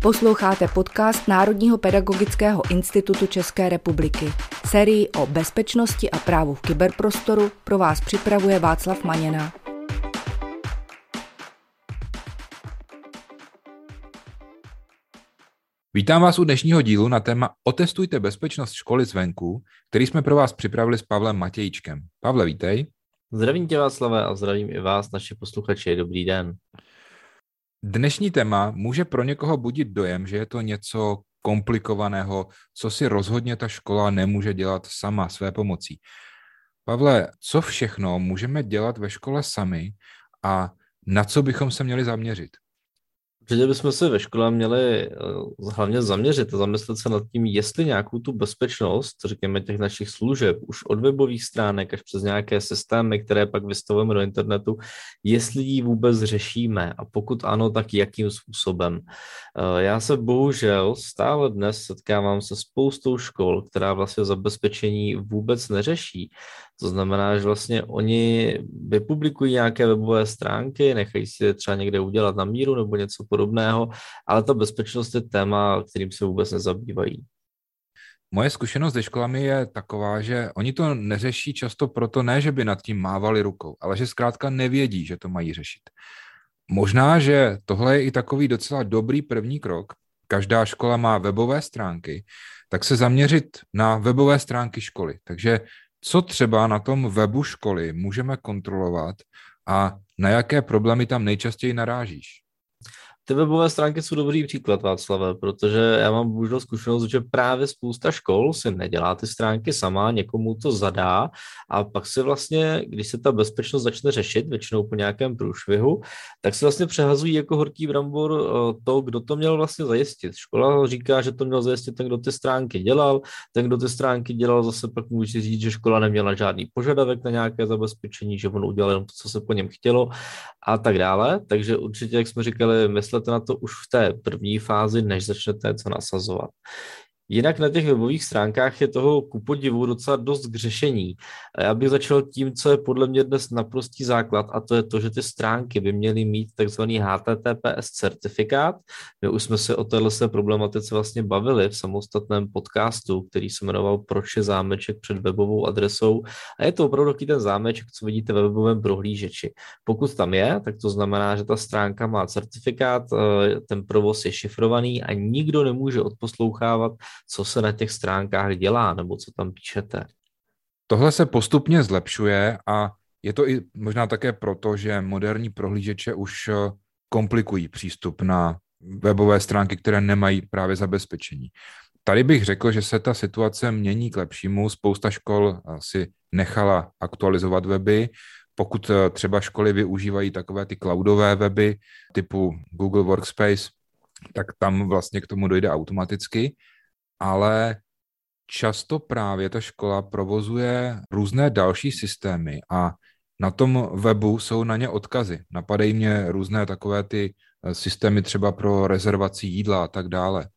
Posloucháte podcast Národního pedagogického institutu České republiky. Sérii o bezpečnosti a právu v kyberprostoru pro vás připravuje Václav Maněna. Vítám vás u dnešního dílu na téma Otestujte bezpečnost školy zvenku, který jsme pro vás připravili s Pavlem Matějčkem. Pavle, vítej. Zdravím tě, Václave, a zdravím i vás, naši posluchači. Dobrý den. Dnešní téma může pro někoho budit dojem, že je to něco komplikovaného, co si rozhodně ta škola nemůže dělat sama své pomocí. Pavle, co všechno můžeme dělat ve škole sami a na co bychom se měli zaměřit? Určitě bychom se ve škole měli hlavně zaměřit a zamyslet se nad tím, jestli nějakou tu bezpečnost, řekněme těch našich služeb, už od webových stránek až přes nějaké systémy, které pak vystavujeme do internetu, jestli ji vůbec řešíme a pokud ano, tak jakým způsobem. Já se bohužel stále dnes setkávám se spoustou škol, která vlastně zabezpečení vůbec neřeší. To znamená, že vlastně oni vypublikují nějaké webové stránky, nechají si je třeba někde udělat na míru nebo něco podobného, ale ta bezpečnost je téma, kterým se vůbec nezabývají. Moje zkušenost se školami je taková, že oni to neřeší často proto, ne, že by nad tím mávali rukou, ale že zkrátka nevědí, že to mají řešit. Možná, že tohle je i takový docela dobrý první krok. Každá škola má webové stránky, tak se zaměřit na webové stránky školy. Takže co třeba na tom webu školy můžeme kontrolovat a na jaké problémy tam nejčastěji narážíš? Ty webové stránky jsou dobrý příklad, Václave, protože já mám bohužel zkušenost, že právě spousta škol si nedělá ty stránky sama, někomu to zadá a pak si vlastně, když se ta bezpečnost začne řešit, většinou po nějakém průšvihu, tak se vlastně přehazují jako horký brambor to, kdo to měl vlastně zajistit. Škola říká, že to měl zajistit ten, kdo ty stránky dělal, ten, kdo ty stránky dělal, zase pak může říct, že škola neměla žádný požadavek na nějaké zabezpečení, že on udělal jenom to, co se po něm chtělo a tak dále. Takže určitě, jak jsme říkali, myslete na to už v té první fázi, než začnete něco nasazovat. Jinak na těch webových stránkách je toho ku podivu docela dost k řešení. Já bych začal tím, co je podle mě dnes naprostý základ, a to je to, že ty stránky by měly mít takzvaný HTTPS certifikát. My už jsme se o této problematice vlastně bavili v samostatném podcastu, který se jmenoval Proč je zámeček před webovou adresou. A je to opravdu taky ten zámeček, co vidíte ve webovém prohlížeči. Pokud tam je, tak to znamená, že ta stránka má certifikát, ten provoz je šifrovaný a nikdo nemůže odposlouchávat, co se na těch stránkách dělá, nebo co tam píšete. Tohle se postupně zlepšuje a je to i možná také proto, že moderní prohlížeče už komplikují přístup na webové stránky, které nemají právě zabezpečení. Tady bych řekl, že se ta situace mění k lepšímu. Spousta škol si nechala aktualizovat weby. Pokud třeba školy využívají takové ty cloudové weby typu Google Workspace, tak tam vlastně k tomu dojde automaticky. Ale často právě ta škola provozuje různé další systémy a na tom webu jsou na ně odkazy. Napadají mě různé takové ty systémy třeba pro rezervaci jídla a tak dále.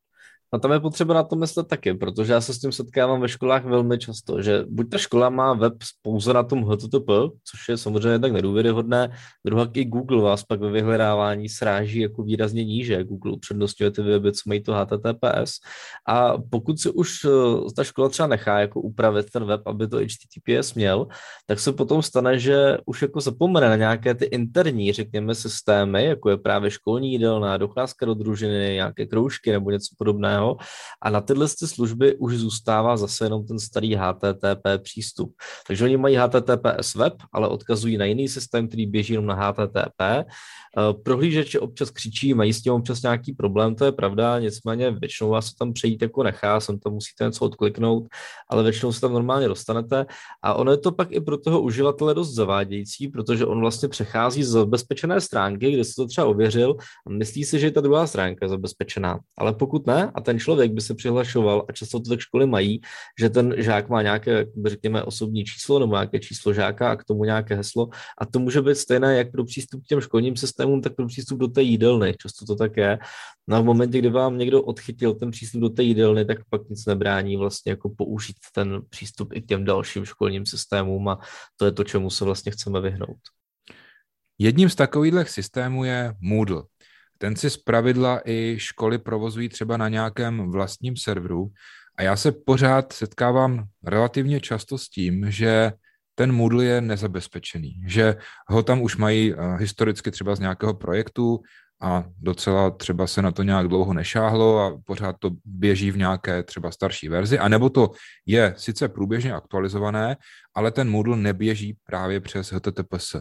A tam je potřeba na to myslet taky, protože já se s tím setkávám ve školách velmi často, že buď ta škola má web pouze na tom HTTP, což je samozřejmě tak nedůvěryhodné, druhá i Google vás pak ve vyhledávání sráží jako výrazně níže. Google upřednostňuje ty weby, co mají to HTTPS. A pokud si už ta škola třeba nechá jako upravit ten web, aby to HTTPS měl, tak se potom stane, že už jako zapomene na nějaké ty interní, řekněme, systémy, jako je právě školní jídelná, docházka do družiny, nějaké kroužky nebo něco podobného. A na tyhle služby už zůstává zase jenom ten starý HTTP přístup. Takže oni mají HTTPS web, ale odkazují na jiný systém, který běží jenom na HTTP. Prohlížeče občas křičí, mají s tím občas nějaký problém, to je pravda, nicméně většinou vás to tam přejít jako nechá, sem tam musíte něco odkliknout, ale většinou se tam normálně dostanete a ono je to pak i pro toho uživatele dost zavádějící, protože on vlastně přechází z zabezpečené stránky, kde se to třeba ověřil a myslí si, že je ta druhá stránka zabezpečená, ale pokud ne a ten člověk by se přihlašoval a často to tak školy mají, že ten žák má nějaké, řekněme, osobní číslo nebo nějaké číslo žáka a k tomu nějaké heslo a to může být stejné jak pro přístup k těm školním systémům, tak pro přístup do té jídelny. Často to tak je. No a v momentě, kdy vám někdo odchytil ten přístup do té jídelny, tak pak nic nebrání vlastně jako použít ten přístup i k těm dalším školním systémům a to je to, čemu se vlastně chceme vyhnout. Jedním z takových systémů je Moodle. ten si zpravidla i školy provozují třeba na nějakém vlastním serveru a já se pořád setkávám relativně často s tím, že ten Moodle je nezabezpečený, že ho tam už mají historicky třeba z nějakého projektu a docela třeba se na to nějak dlouho nešáhlo a pořád to běží v nějaké třeba starší verzi, anebo to je sice průběžně aktualizované, ale ten Moodle neběží právě přes HTTPS.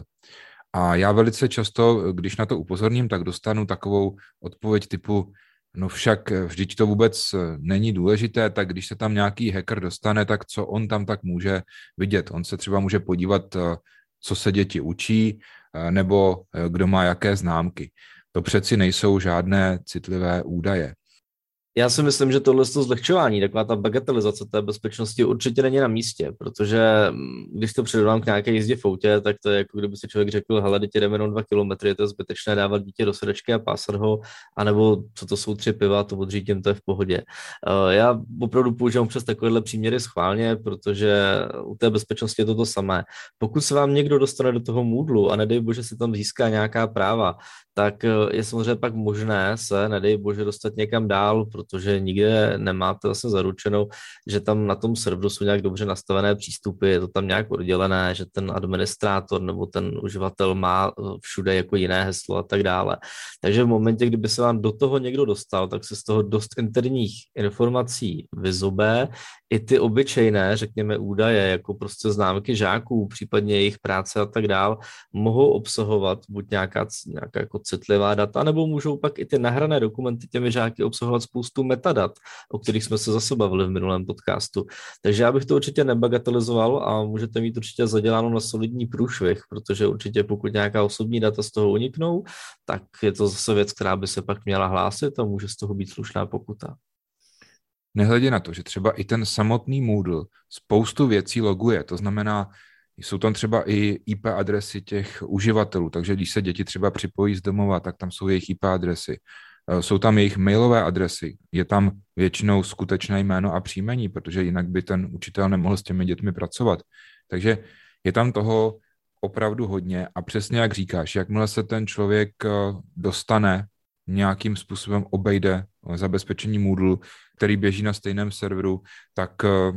A já velice často, když na to upozorním, tak dostanu takovou odpověď typu, no však vždyť to vůbec není důležité, tak když se tam nějaký hacker dostane, tak co on tam tak může vidět? On se třeba může podívat, co se děti učí, nebo kdo má jaké známky. To přeci nejsou žádné citlivé údaje. Já si myslím, že tohle zlehčování, taková ta bagatelizace té bezpečnosti určitě není na místě, protože když to předávám k nějaké jízdě v autě, tak to je jako kdyby si člověk řekl, hele, dítě jdeme jenom 2 kilometry, je to zbytečné dávat dítě do sedačky a pásat ho, anebo co to jsou 3 piva, to odřídím, to je v pohodě. Já opravdu používám přes takovéhle příměry schválně, protože u té bezpečnosti je to samé. Pokud se vám někdo dostane do toho Moodlu a nedej bože si tam získá nějaká práva, tak je samozřejmě pak možné se, nedej bože, dostat někam dál, protože nikde nemáte vlastně zaručeno, že tam na tom serveru jsou nějak dobře nastavené přístupy, je to tam nějak oddělené, že ten administrátor nebo ten uživatel má všude jako jiné heslo a tak dále. Takže v momentě, kdyby se vám do toho někdo dostal, tak se z toho dost interních informací vyzobe. I ty obyčejné, řekněme, údaje, jako prostě známky žáků, případně jejich práce a tak dále, mohou obsahovat buď nějaká jako citlivá data, nebo můžou pak i ty nahrané dokumenty těmi žáky obsahovat spoustu metadat, o kterých jsme se zase bavili v minulém podcastu. Takže já bych to určitě nebagatelizoval a můžete mít určitě zaděláno na solidní průšvih, protože určitě pokud nějaká osobní data z toho uniknou, tak je to zase věc, která by se pak měla hlásit a může z toho být slušná pokuta. Nehledě na to, že třeba i ten samotný Moodle spoustu věcí loguje, to znamená, jsou tam třeba i IP adresy těch uživatelů, takže když se děti třeba připojí z domova, tak tam jsou jejich IP adresy. Jsou tam jejich mailové adresy, je tam většinou skutečné jméno a příjmení, protože jinak by ten učitel nemohl s těmi dětmi pracovat. Takže je tam toho opravdu hodně a přesně jak říkáš, jakmile se ten člověk dostane, nějakým způsobem obejde zabezpečení Moodle, který běží na stejném serveru, tak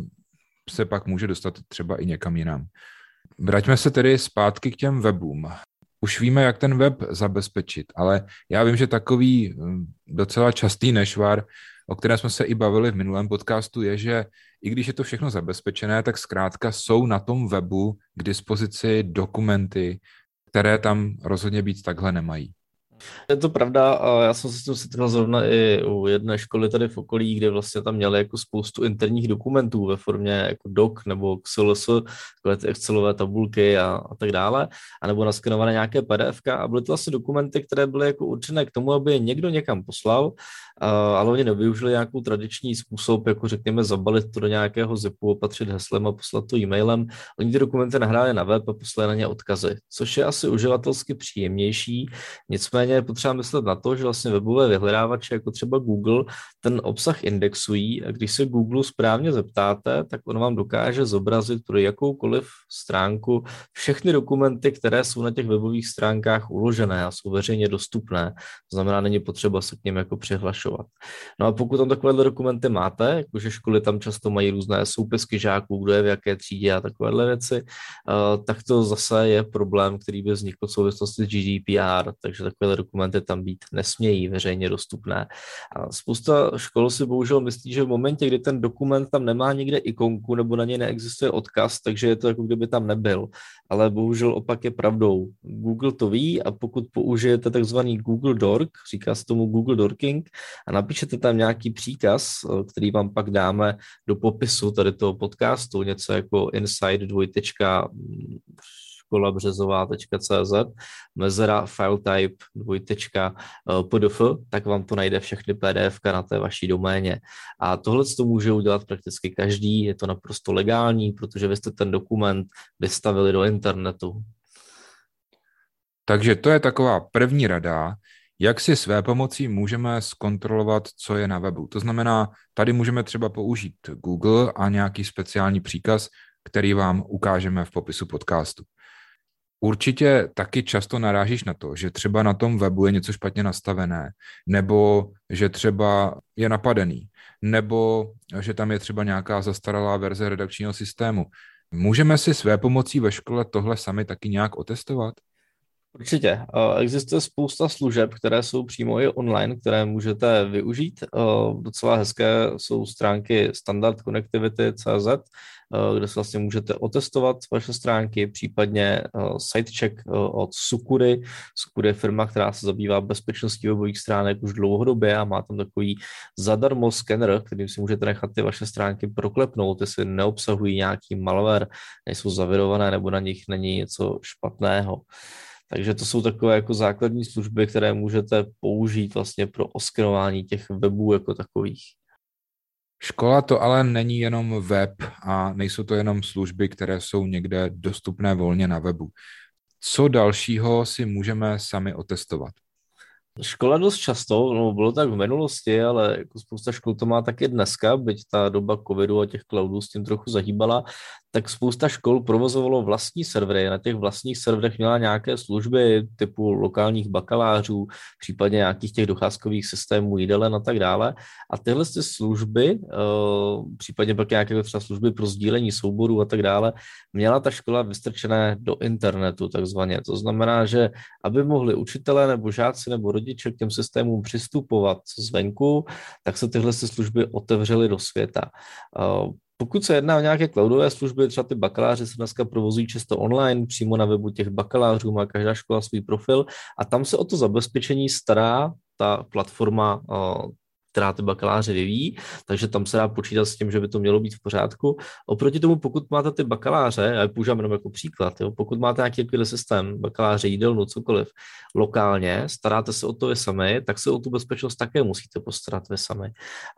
se pak může dostat třeba i někam jinam. Vraťme se tedy zpátky k těm webům. Už víme, jak ten web zabezpečit, ale já vím, že takový docela častý nešvar, o kterém jsme se i bavili v minulém podcastu, je, že i když je to všechno zabezpečené, tak zkrátka jsou na tom webu k dispozici dokumenty, které tam rozhodně být takhle nemají. Je to pravda a já jsem se s tím setkal zrovna i u jedné školy tady v okolí, kde vlastně tam měli jako spoustu interních dokumentů ve formě jako doc nebo XLS, ty Excelové tabulky a tak dále, anebo naskenované nějaké PDFka a byly to asi dokumenty, které byly jako určené k tomu, aby je někdo někam poslal, ale oni nevyužili nějakou tradiční způsob, jako řekněme zabalit to do nějakého zipu, opatřit heslem a poslat to e-mailem. Oni ty dokumenty nahráli na web a poslali na ně odkazy, což je asi uživatelsky příjemnější, nicméně je potřeba myslet na to, že vlastně webové vyhledávače jako třeba Google ten obsah indexují a když se Google správně zeptáte, tak on vám dokáže zobrazit pro jakoukoliv stránku všechny dokumenty, které jsou na těch webových stránkách uložené a jsou veřejně dostupné. To znamená, není potřeba se k něm jako přihlašovat. No a pokud tam takovéhle dokumenty máte, jakože školy tam často mají různé soupisky žáků, kdo je v jaké třídě a takovéhle věci, tak to zase je problém, který by vznikl v souvislosti s GDPR, takže takové dokumenty tam být nesmějí veřejně dostupné. A spousta škol si bohužel myslí, že v momentě, kdy ten dokument tam nemá nikde ikonku nebo na něj neexistuje odkaz, takže je to jako kdyby tam nebyl. Ale bohužel opak je pravdou. Google to ví a pokud použijete takzvaný Google Dork, říká se tomu Google Dorking, a napíšete tam nějaký příkaz, který vám pak dáme do popisu tady toho podcastu, něco jako inside školabřezová.cz mezera filetype pdf, tak vám to najde všechny PDF na té vaší doméně. A tohle to může udělat prakticky každý, je to naprosto legální, protože vy jste ten dokument vystavili do internetu. Takže to je taková první rada, jak si své pomocí můžeme zkontrolovat, co je na webu. To znamená, tady můžeme třeba použít Google a nějaký speciální příkaz, který vám ukážeme v popisu podcastu. Určitě taky často narážíš na to, že třeba na tom webu je něco špatně nastavené, nebo že třeba je napadený, nebo že tam je třeba nějaká zastaralá verze redakčního systému. Můžeme si své pomocí ve škole tohle sami taky nějak otestovat? Určitě. Existuje spousta služeb, které jsou přímo i online, které můžete využít. Docela hezké jsou stránky Standard Connectivity.cz, kde se vlastně můžete otestovat vaše stránky, případně SiteCheck od Sucuri. Sucuri je firma, která se zabývá bezpečností webových stránek už dlouhodobě a má tam takový zadarmo skener, kterým si můžete nechat ty vaše stránky proklepnout, jestli neobsahují nějaký malware, nejsou zavirované nebo na nich není něco špatného. Takže to jsou takové jako základní služby, které můžete použít vlastně pro oskenování těch webů jako takových. Škola to ale není jenom web a nejsou to jenom služby, které jsou někde dostupné volně na webu. Co dalšího si můžeme sami otestovat? Škola dost často, no bylo tak v minulosti, ale jako spousta škol to má taky dneska, byť ta doba covidu a těch cloudů s tím trochu zahýbala, tak spousta škol provozovalo vlastní servery. Na těch vlastních serverech měla nějaké služby typu lokálních bakalářů, případně nějakých těch docházkových systémů, jídelen a tak dále. A tyhle služby, případně pak nějaké třeba služby pro sdílení souborů a tak dále, měla ta škola vystrčené do internetu takzvaně. To znamená, že aby mohli učitelé nebo žáci nebo rodiče k těm systémům přistupovat zvenku, tak se tyhle služby otevřely do světa. Pokud se jedná o nějaké cloudové služby, třeba ty bakaláři se dneska provozují často online, přímo na webu těch bakalářů, má každá škola svůj profil a tam se o to zabezpečení stará ta platforma, která ty bakaláře vyvíjí, takže tam se dá počítat s tím, že by to mělo být v pořádku. Oproti tomu, pokud máte ty bakaláře, já používám jenom jako příklad, jo, pokud máte nějaký takový systém, bakaláře, jídelnu, cokoliv, lokálně, staráte se o to vy sami, tak se o tu bezpečnost také musíte postarat vy sami.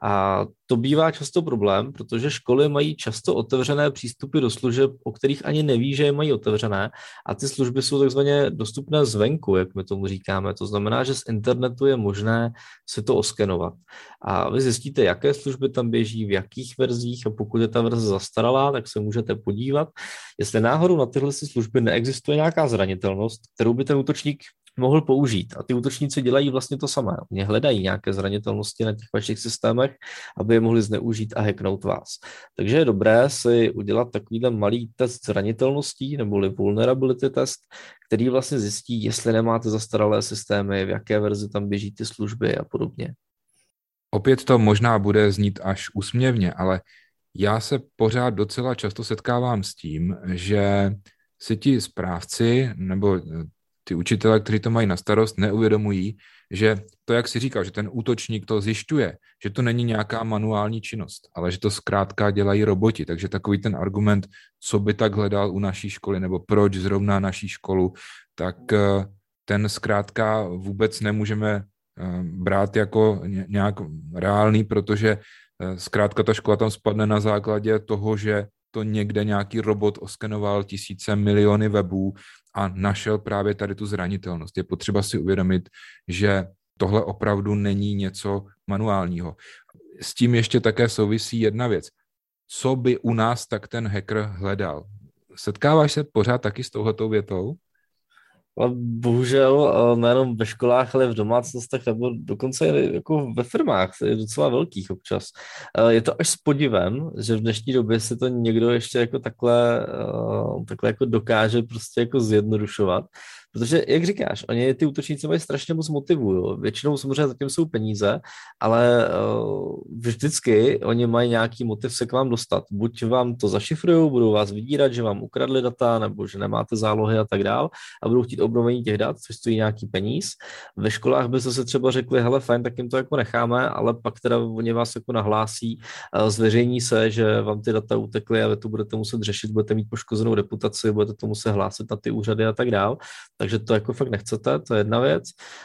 A to bývá často problém, protože školy mají často otevřené přístupy do služeb, o kterých ani neví, že je mají otevřené, a ty služby jsou takzvaně dostupné zvenku, jak my tomu říkáme. To znamená, že z internetu je možné si to oskenovat. A vy zjistíte, jaké služby tam běží, v jakých verzích, a pokud je ta verze zastaralá, tak se můžete podívat, jestli náhodou na tyhle služby neexistuje nějaká zranitelnost, kterou by ten útočník mohl použít. A ty útočníci dělají vlastně to samé. Oni hledají nějaké zranitelnosti na těch vašich systémech, aby je mohli zneužít a hacknout vás. Takže je dobré si udělat takovýhle malý test zranitelností, neboli vulnerability test, který vlastně zjistí, jestli nemáte zastaralé systémy, v jaké verzi tam běží ty služby a podobně. Opět to možná bude znít až úsměvně, ale já se pořád docela často setkávám s tím, že si ti správci nebo ty učitelé, kteří to mají na starost, neuvědomují, že to, jak si říkal, že ten útočník to zjišťuje, že to není nějaká manuální činnost, ale že to zkrátka dělají roboti. Takže takový ten argument, co by tak hledal u naší školy, nebo proč zrovna naší školu, tak ten zkrátka vůbec nemůžeme brát jako nějak reálný, protože zkrátka ta škola tam spadne na základě toho, že to někde nějaký robot oskenoval tisíce, miliony webů a našel právě tady tu zranitelnost. Je potřeba si uvědomit, že tohle opravdu není něco manuálního. S tím ještě také souvisí jedna věc. Co by u nás tak ten hacker hledal? Setkáváš se pořád taky s touhletou větou? Ale bohužel nejenom ve školách, ale v domácnostech nebo dokonce jako ve firmách, je docela velkých občas. Je to až s podivem, že v dnešní době se to někdo ještě jako takhle jako dokáže prostě jako zjednodušovat. Protože, jak říkáš, oni ty útočníci mají strašně moc motivů. Jo. Většinou samozřejmě zatím jsou peníze, ale vždycky oni mají nějaký motiv se k vám dostat. Buď vám to zašifrují, budou vás vydírat, že vám ukradli data, nebo že nemáte zálohy a tak dál a budou chtít obnovení těch dat, což stojí nějaký peníz. Ve školách by se třeba řekli, hele fajn, tak jim to jako necháme, ale pak teda oni vás jako nahlásí, zveřejní se, že vám ty data utekly a vy to budete muset řešit, budete mít poškozenou reputaci, budete to muset hlásit na ty úřady a tak dál. takže to jako fakt nechcete, to je jedna věc.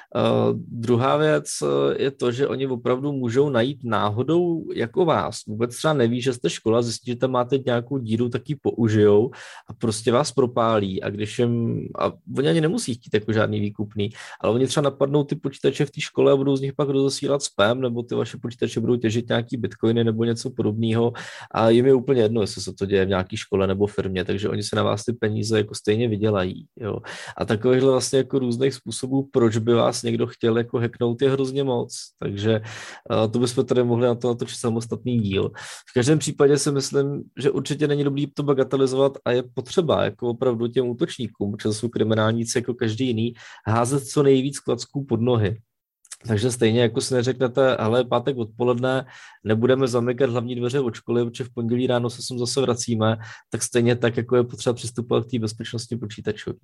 Druhá věc je to, že oni opravdu můžou najít náhodou jako vás. Vůbec třeba neví, že jste škola, zjistí, že tam máte nějakou díru, tak ji použijou a prostě vás propálí a když jim, a oni ani nemusí chtít jako žádný výkupný, ale oni třeba napadnou ty počítače v té škole a budou z nich pak rozesílat spam, nebo ty vaše počítače budou těžit nějaký bitcoiny nebo něco podobného a jim je úplně jedno, jestli se to děje v nějaké škole nebo firmě, takže oni se na vás ty peníze jako stejně vydělají. Jo. A takovýchhle vlastně jako různých způsobů, proč by vás někdo chtěl jako hacknout, je hrozně moc. Takže to bychom tady mohli na to natočit samostatný díl. V každém případě si myslím, že určitě není dobrý to bagatelizovat a je potřeba jako opravdu těm útočníkům, protože jsou kriminálníci jako každý jiný, házet co nejvíc klacků pod nohy. Takže stejně jako si neřeknete, hele, pátek odpoledne nebudeme zamykat hlavní dveře od školy, protože v pondělí ráno se sem zase vracíme, tak stejně tak, jako je potřeba přistupovat k té bezpečnosti počítačové.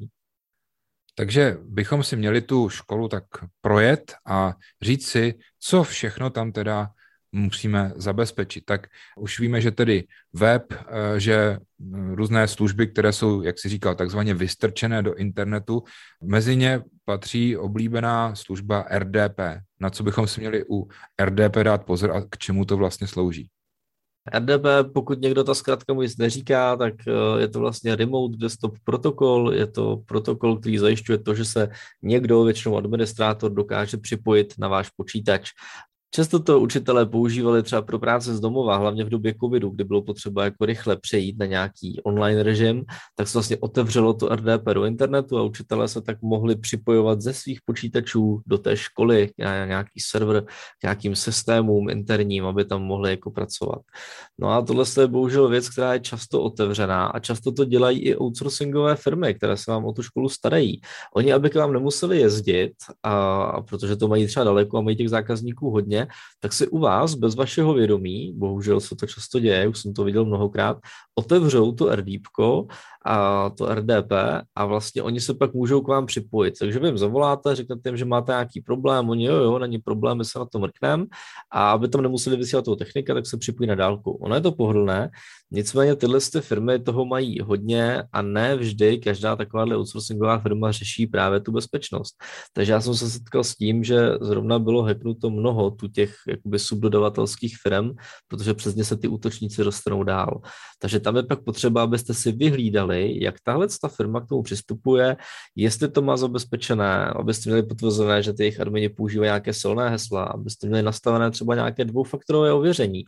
Takže bychom si měli tu školu tak projet a říct si, co všechno tam teda musíme zabezpečit. Tak už víme, že tedy web, že různé služby, které jsou, jak si říkal, takzvaně vystrčené do internetu, mezi ně patří oblíbená služba RDP. Na co bychom si měli u RDP dát pozor a k čemu to vlastně slouží? RDP, pokud někdo ta zkrátka mu nic neříká, tak je to vlastně Remote Desktop Protocol, je to protokol, který zajišťuje to, že se někdo, většinou administrátor, dokáže připojit na váš počítač. Často to učitelé používali třeba pro práce z domova, hlavně v době covidu, kdy bylo potřeba jako rychle přejít na nějaký online režim, tak se vlastně otevřelo to RDP do internetu a učitelé se tak mohli připojovat ze svých počítačů do té školy, na nějaký server, k nějakým systémům interním, aby tam mohli jako pracovat. No a tohle je bohužel věc, která je často otevřená a často to dělají i outsourcingové firmy, které se vám o tu školu starají. Oni, aby k vám nemuseli jezdit, a protože to mají třeba daleko a mají těch zákazníků hodně, tak si u vás bez vašeho vědomí, bohužel se to často děje, už jsem to viděl mnohokrát, otevřou to RDPko a to RDP a vlastně oni se pak můžou k vám připojit. Takže vy jim zavoláte, řeknete jim, že máte nějaký problém, oni jo, není problém, my se na to mrkneme a aby tam nemuseli vysílat toho technika, tak se připojí na dálku. Ono je to pohodlné, nicméně tyhle firmy toho mají hodně a ne vždy každá takováhle outsourcingová firma řeší právě tu bezpečnost. Takže já jsem se setkal s tím, že zrovna bylo hacknuto mnoho těch jakoby subdodavatelských firm, protože přes ně se ty útočníci dostanou dál. Takže tam je pak potřeba, abyste si vyhlídali, jak tahle ta firma k tomu přistupuje, jestli to má zabezpečené, abyste měli potvrzené, že ty jejich admini používají nějaké silné hesla, abyste měli nastavené třeba nějaké dvoufaktorové ověření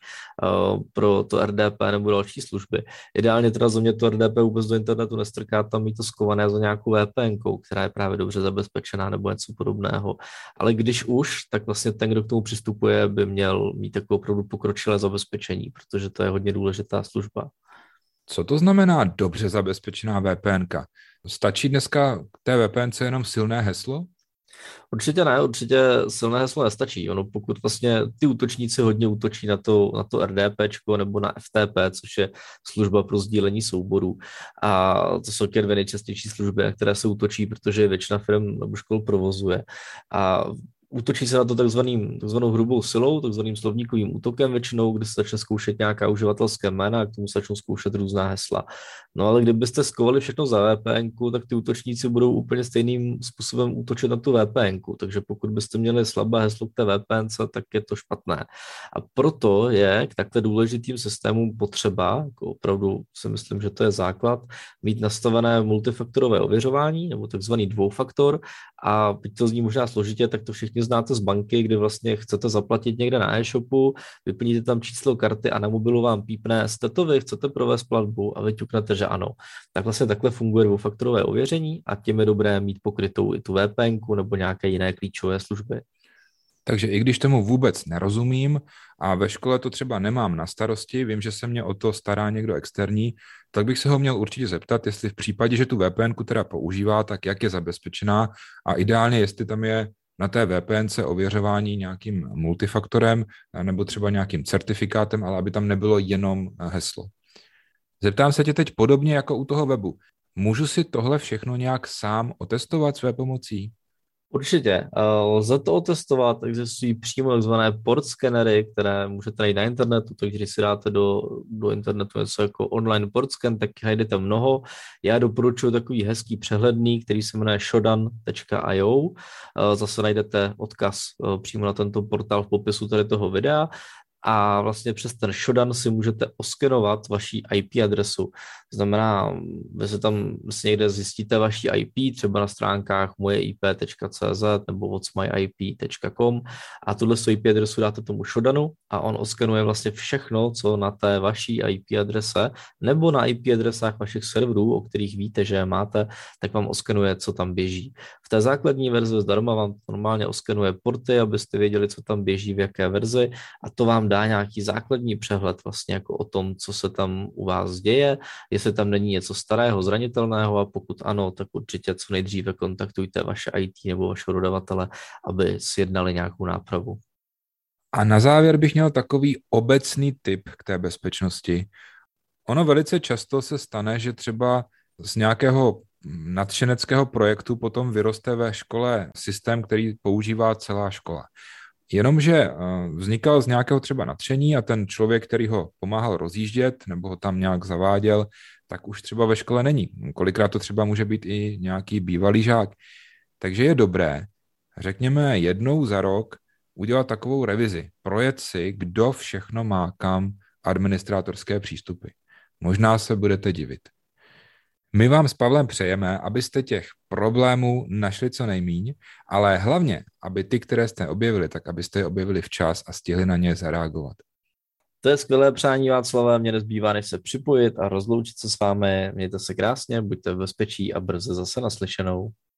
pro to RDP nebo další služby. Ideálně teda za mě to RDP vůbec do internetu nestrká, tam mít to skované za nějakou VPNkou, která je právě dobře zabezpečená nebo něco podobného. Ale když už, tak vlastně ten, kdo k tomu přistupuje, by měl mít takovou opravdu pokročilé zabezpečení, protože to je hodně důležitá služba. Co to znamená dobře zabezpečená VPNka? Stačí dneska k té VPNce jenom silné heslo? Určitě ne, určitě silné heslo nestačí. Ono, pokud vlastně ty útočníci hodně útočí na to RDPčko nebo na FTP, což je služba pro sdílení souborů. A to jsou dvě nejčastější služby, na které se útočí, protože většina firm nebo škol provozuje. A útočí se na to takzvanou hrubou silou, takzvaným slovníkovým útokem většinou, kdy se začne zkoušet nějaká uživatelské jména a k tomu se začnou zkoušet různá hesla. No ale kdybyste skovali všechno za VPNku, tak ty útočníci budou úplně stejným způsobem útočit na tu VPNku, takže pokud byste měli slabé heslo k té VPNce, tak je to špatné. A proto je k takhle důležitým systémům potřeba, jako opravdu si myslím, že to je základ, mít nastavené multifaktorové ověřování, nebo takzvaný dvoufaktor, a byť to zní možná složitě, tak to všichni znáte z banky, kdy vlastně chcete zaplatit někde na e-shopu, vyplníte tam číslo karty a na mobilu vám pípne, jste to vy, chcete provést platbu a vy ťuknete, že ano. Tak vlastně takhle funguje dvoufaktorové ověření a tím je dobré mít pokrytou i tu VPNku nebo nějaké jiné klíčové služby. Takže i když tomu vůbec nerozumím a ve škole to třeba nemám na starosti, vím, že se mě o to stará někdo externí, tak bych se ho měl určitě zeptat, jestli v případě, že tu VPNku teda používá, tak jak je zabezpečená a ideálně, jestli tam je na té VPNce ověřování nějakým multifaktorem nebo třeba nějakým certifikátem, ale aby tam nebylo jenom heslo. Zeptám se tě teď podobně jako u toho webu. Můžu si tohle všechno nějak sám otestovat své pomocí? Určitě. Lze to otestovat, existují přímo takzvané port skenery, které můžete najít na internetu, takže když si dáte do internetu něco jako online port scan, tak najdete mnoho. Já doporučuji takový hezký přehledný, který se jmenuje shodan.io. Zase najdete odkaz přímo na tento portál v popisu tady toho videa. A vlastně přes ten Shodan si můžete oskenovat vaši IP adresu. To znamená, vy se tam někde zjistíte vaši IP, třeba na stránkách mojeip.cz nebo whatsmyip.com a tuhle IP adresu dáte tomu Shodanu a on oskenuje vlastně všechno, co na té vaší IP adrese nebo na IP adresách vašich serverů, o kterých víte, že je máte, tak vám oskenuje, co tam běží. V té základní verzi zdarma vám normálně oskenuje porty, abyste věděli, co tam běží, v jaké verzi a to vám dá nějaký základní přehled vlastně jako o tom, co se tam u vás děje, jestli tam není něco starého, zranitelného a pokud ano, tak určitě co nejdříve kontaktujte vaše IT nebo vaše dodavatele, aby sjednali nějakou nápravu. A na závěr bych měl takový obecný tip k té bezpečnosti. Ono velice často se stane, že třeba z nějakého nadšeneckého projektu potom vyroste ve škole systém, který používá celá škola. Jenomže vznikal z nějakého třeba nadšení a ten člověk, který ho pomáhal rozjíždět nebo ho tam nějak zaváděl, tak už třeba ve škole není. Kolikrát to třeba může být i nějaký bývalý žák. Takže je dobré, řekněme jednou za rok, udělat takovou revizi, projet si, kdo všechno má kam administrátorské přístupy. Možná se budete divit. My vám s Pavlem přejeme, abyste těch problémů našli co nejmíň, ale hlavně, aby ty, které jste objevili, tak abyste je objevili včas a stihli na ně zareagovat. To je skvělé přání, Václave, mě nezbývá, než se připojit a rozloučit se s vámi. Mějte se krásně, buďte v bezpečí a brzy zase naslyšenou.